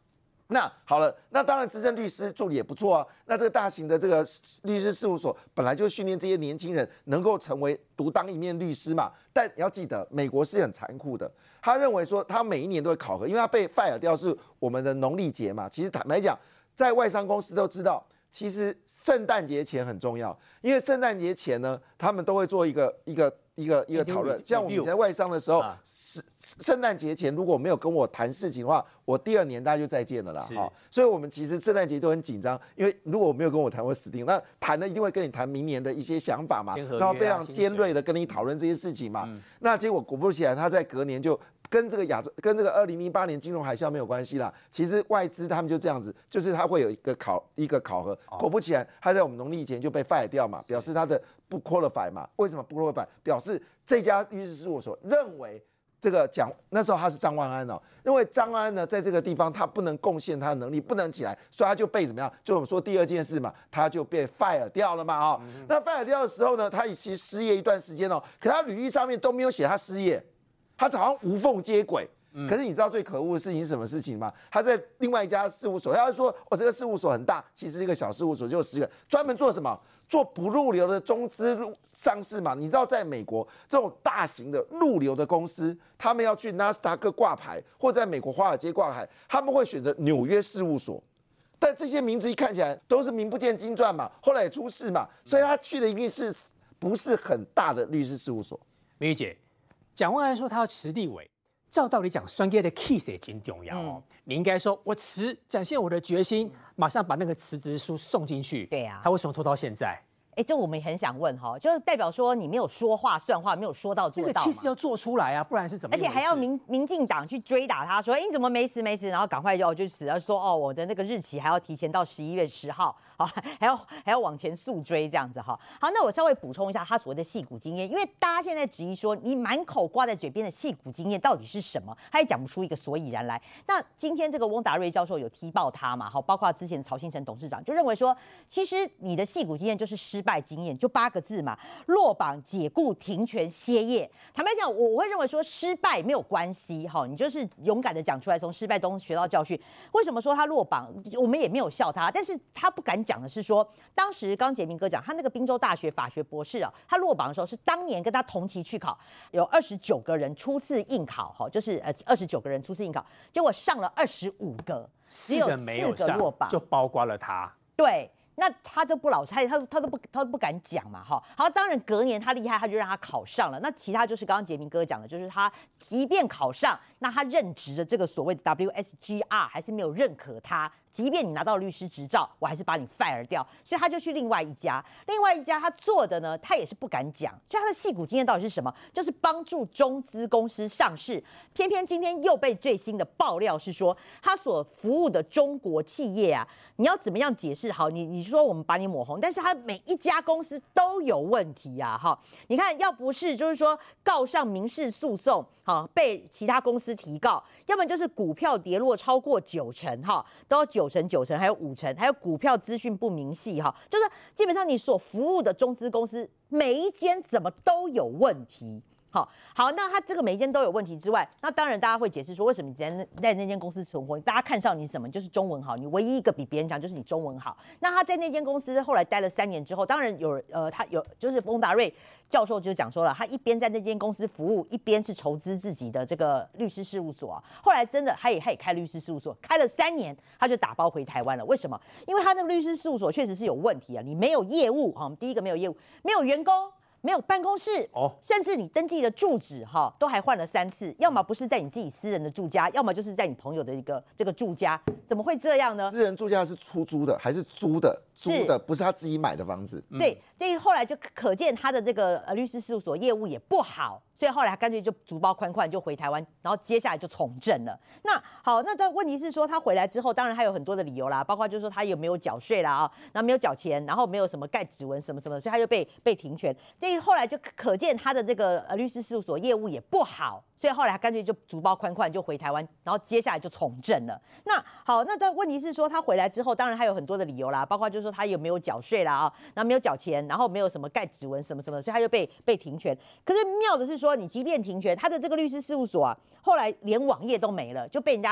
那好了，那当然资深律师助理也不错啊。那这个大型的这个律师事务所本来就训练这些年轻人能够成为独当一面律师嘛。但你要记得，美国是很残酷的，他认为说他每一年都会考核，因为他被 fire 掉是我们的农历节嘛。其实坦白讲，在外商公司都知道，其实圣诞节前很重要，因为圣诞节前呢，他们都会做一个讨论。像我们在外商的时候，圣诞节前如果没有跟我谈事情的话，我第2年大家就再见了啦。所以我们其实圣诞节都很紧张，因为如果我没有跟我谈，我死定。那谈的一定会跟你谈明年的一些想法嘛，然后非常尖锐的跟你讨论这些事情嘛。那结果果不其然，他在隔年就跟这个2008年金融海啸没有关系啦。其实外资他们就这样子，就是他会有一个考核，果不其然，他在我们农历前就被 fire 掉嘛，表示他的不 qualify 嘛。为什么不 qualify？ 表示这家律师事务所认为这个那时候他是张万安哦，认为张万安呢在这个地方他不能贡献他的能力，不能起来，所以他就被怎么样？就我们说第2件事嘛，他就被 fire 掉了嘛哦。那 fire 掉的时候呢，他其实失业一段时间哦，可他履历上面都没有写他失业，他好像无缝接轨。可是你知道最可恶的事情是什么事情吗？他在另外一家事务所，他说这个事务所很大，其实是一个小事务所，就10个，专门做什么？做不入流的中资上市嘛。你知道在美国这种大型的入流的公司，他们要去纳斯达克挂牌，或在美国华尔街挂牌，他们会选择纽约事务所。但这些名字一看起来都是名不见经传嘛，后来也出事嘛，所以他去的一定是不是很大的律师事务所。 美玉姐，蒋万安说他要辞立委。照道理讲，双 K 的 kiss 也挺重要哦。你应该说我辞，展现我的决心，马上把那个辞职书送进去。 对呀， 他为什么拖到现在？ 这我们也很想问哈，就是代表说你没有说话算话，没有说到做到。 那个气势要做出来啊，不然是怎么？ 而且还要民进党去追打他，说你怎么没死，然后赶快就死了，说我的那个日期还要提前到11月10号，好，还要往前速追这样子哈。好，那我稍微补充一下他所谓的矽谷经验，因为大家现在质疑说你满口挂在嘴边的矽谷经验到底是什么，他也讲不出一个所以然来。那今天这个翁达瑞教授有踢爆他嘛？好，包括之前的曹兴诚董事长就认为说，其实你的矽谷经验就是失败经验，就8个字嘛，落榜、解雇、停权、歇业。坦白讲，我会认为说失败没有关系哈，你就是勇敢的讲出来，从失败中学到教训。为什么说他落榜？我们也没有笑他，但是他不敢讲的是说，当时刚杰明哥讲，他那个宾州大学法学博士啊，他落榜的时候是当年跟他同期去考，有29个人初次应考哈，就是29个人初次应考，结果上了25个，只有4个落榜， 就包括了他。 对。那他就不老实，他都不敢讲嘛，哈。好，当然隔年他厉害，他就让他考上了。那其他就是刚刚杰明哥讲的，就是他即便考上，那他任职的这个所谓的 WSGR 还是没有认可他。即便你拿到律师执照，我还是把你 fire 掉，所以他就去另外一家他做的呢，他也是不敢讲，所以他的矽谷经验到底是什么？就是帮助中资公司上市，偏偏今天又被最新的爆料是说，他所服务的中国企业啊，你要怎么样解释好？你说我们把你抹红，但是他每一家公司都有问题啊，哈，你看要不是就是说告上民事诉讼，哈，被其他公司提告，要么就是股票跌落超过90%，哈，都要9成，还有5成，还有股票资讯不明细哈，就是基本上你所服务的中资公司每一间怎么都有问题。好，那他这个每一间都有问题之外，那当然大家会解释说，为什么你在那间公司存活，大家看上你什么？就是中文好，你唯一一个比别人强就是你中文好。那他在那间公司后来待了3年之后，当然他有就是翁达瑞教授就讲说了，他一边在那间公司服务，一边是筹资自己的这个律师事务所啊。后来真的他也开律师事务所，开了3年，他就打包回台湾了。为什么？因为他那个律师事务所确实是有问题啊，你没有业务哈，第一个没有业务，没有员工。没有办公室，甚至你登记的住址都还换了3次，要么不是在你自己私人的住家，要么就是在你朋友的一个这个住家，怎么会这样呢？ 私人住家是出租的还是租的？租的不是他自己买的房子。 对，所以后来就可见他的这个律师事务所业务也不好，所以后来他干脆就竹包宽宽就回台湾，然后接下来就从政了。那好，那这问题是说他回来之后，当然他有很多的理由啦，包括就是说他有没有缴税啦啊，然后没有缴钱，然后没有什么盖指纹什么什么，所以他就被停权。所以后来就可见他的这个律师事务所业务也不好。所以后来他干脆就竹包宽宽就回台湾，然后接下来就从政了。那好，那这问题是说他回来之后，当然他有很多的理由啦，包括就是说他有没有缴税啦啊，然后没有缴钱，然后没有什么盖指纹什么什么，所以他就被停权。可是妙的是说，你即便停权，他的这个律师事务所啊，后来连网页都没了，就被人家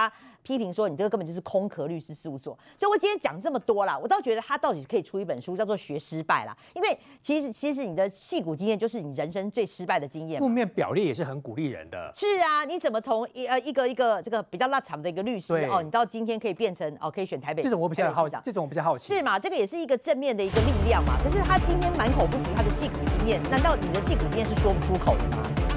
批评说你这个根本就是空壳律师事务所。所以我今天讲这么多啦，我倒觉得他到底可以出一本书，叫做《学失败》啦。因为其实你的矽谷经验就是你人生最失败的经验。 负面表列也是很鼓励人的。 是啊，你怎么从一个这个比较拉长的一个律师哦，你到今天可以变成可以选台北？ 这种我比较好奇，这种我比较好奇。 是嘛？这个也是一个正面的一个力量嘛。可是他今天满口不提他的矽谷经验，难道你的矽谷经验是说不出口的吗？